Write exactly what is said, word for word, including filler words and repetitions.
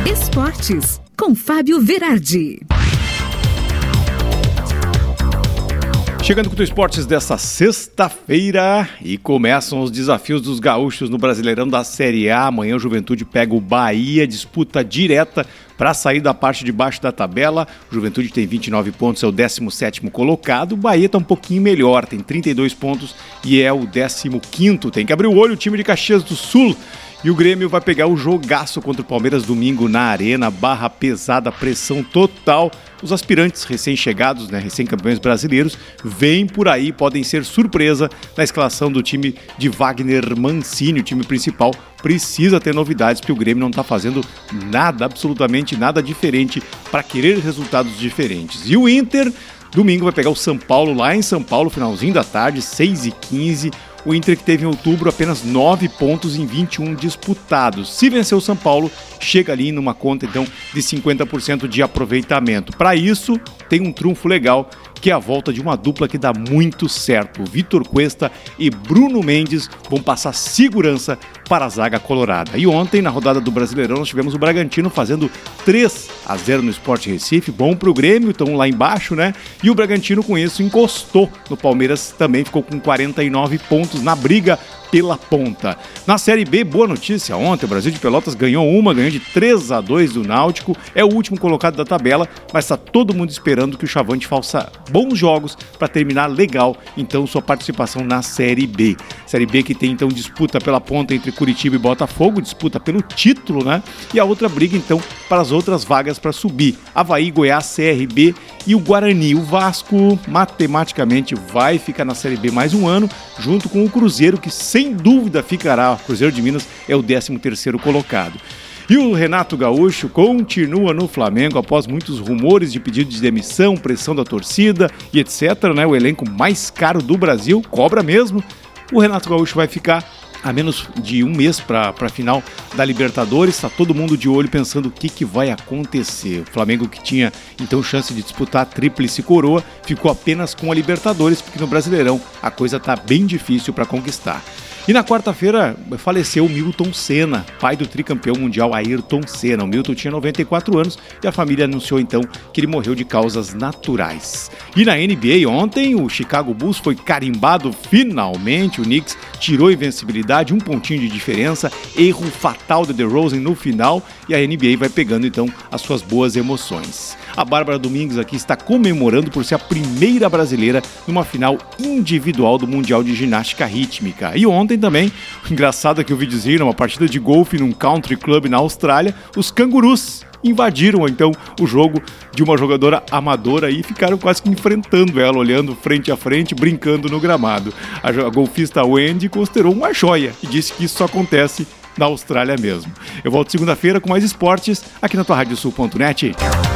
Esportes, com Fábio Verardi. Chegando com o Esportes dessa sexta-feira e começam os desafios dos gaúchos no Brasileirão da Série A. Amanhã o Juventude pega o Bahia, disputa direta para sair da parte de baixo da tabela. O Juventude tem vinte e nove pontos, é o décimo sétimo colocado. O Bahia está um pouquinho melhor, tem trinta e dois pontos e é o décimo quinto. Tem que abrir o olho o time de Caxias do Sul. E o Grêmio vai pegar o jogaço contra o Palmeiras domingo na Arena, barra pesada, pressão total. Os aspirantes recém-chegados, né, recém-campeões brasileiros, vêm por aí, podem ser surpresa na escalação do time de Wagner Mancini. O time principal precisa ter novidades, porque o Grêmio não está fazendo nada, absolutamente nada diferente para querer resultados diferentes. E o Inter, domingo, vai pegar o São Paulo lá em São Paulo, finalzinho da tarde, seis e quinze. O Inter, que teve em outubro apenas nove pontos em vinte e um disputados. Se vencer o São Paulo, chega ali numa conta então de cinquenta por cento de aproveitamento. Para isso, tem um trunfo legal, que é a volta de uma dupla que dá muito certo. Vitor Cuesta e Bruno Mendes vão passar segurança para a zaga colorada. E ontem, na rodada do Brasileirão, nós tivemos o Bragantino fazendo três a zero no Sport Recife. Bom para o Grêmio, estão lá embaixo, né? E o Bragantino, com isso, encostou no Palmeiras, também ficou com quarenta e nove pontos na briga pela ponta. Na Série B, boa notícia, ontem o Brasil de Pelotas ganhou uma, ganhou de três a dois do Náutico, é o último colocado da tabela, mas está todo mundo esperando que o Chavante faça bons jogos para terminar legal, então, sua participação na Série B. Série B que tem, então, disputa pela ponta entre Curitiba e Botafogo, disputa pelo título, né? E a outra briga, então, para as outras vagas para subir. Avaí, Goiás, C R B e o Guarani. O Vasco, matematicamente, vai ficar na Série B mais um ano, junto com o Cruzeiro, que sem dúvida ficará. O Cruzeiro de Minas é o décimo terceiro colocado. E o Renato Gaúcho continua no Flamengo após muitos rumores de pedido de demissão, pressão da torcida e etcétera, né? O elenco mais caro do Brasil, cobra mesmo. O Renato Gaúcho vai ficar a menos de um mês para a final da Libertadores. Está todo mundo de olho pensando o que, que vai acontecer. O Flamengo, que tinha então chance de disputar a tríplice coroa, ficou apenas com a Libertadores, porque no Brasileirão a coisa está bem difícil para conquistar. E na quarta-feira faleceu o Milton Senna, pai do tricampeão mundial Ayrton Senna. O Milton tinha noventa e quatro anos e a família anunciou então que ele morreu de causas naturais. E na N B A ontem, o Chicago Bulls foi carimbado finalmente. O Knicks tirou a invencibilidade, um pontinho de diferença, erro fatal de DeRozan no final, e a N B A vai pegando então as suas boas emoções. A Bárbara Domingues aqui está comemorando por ser a primeira brasileira numa final individual do Mundial de Ginástica Rítmica. E ontem também, engraçado é que eu vi dizer, numa partida de golfe num country club na Austrália, os cangurus invadiram então o jogo de uma jogadora amadora e ficaram quase que enfrentando ela, olhando frente a frente, brincando no gramado. A golfista Wendy considerou uma joia e disse que isso só acontece na Austrália mesmo. Eu volto segunda-feira com mais esportes aqui na tua rádio sul ponto net.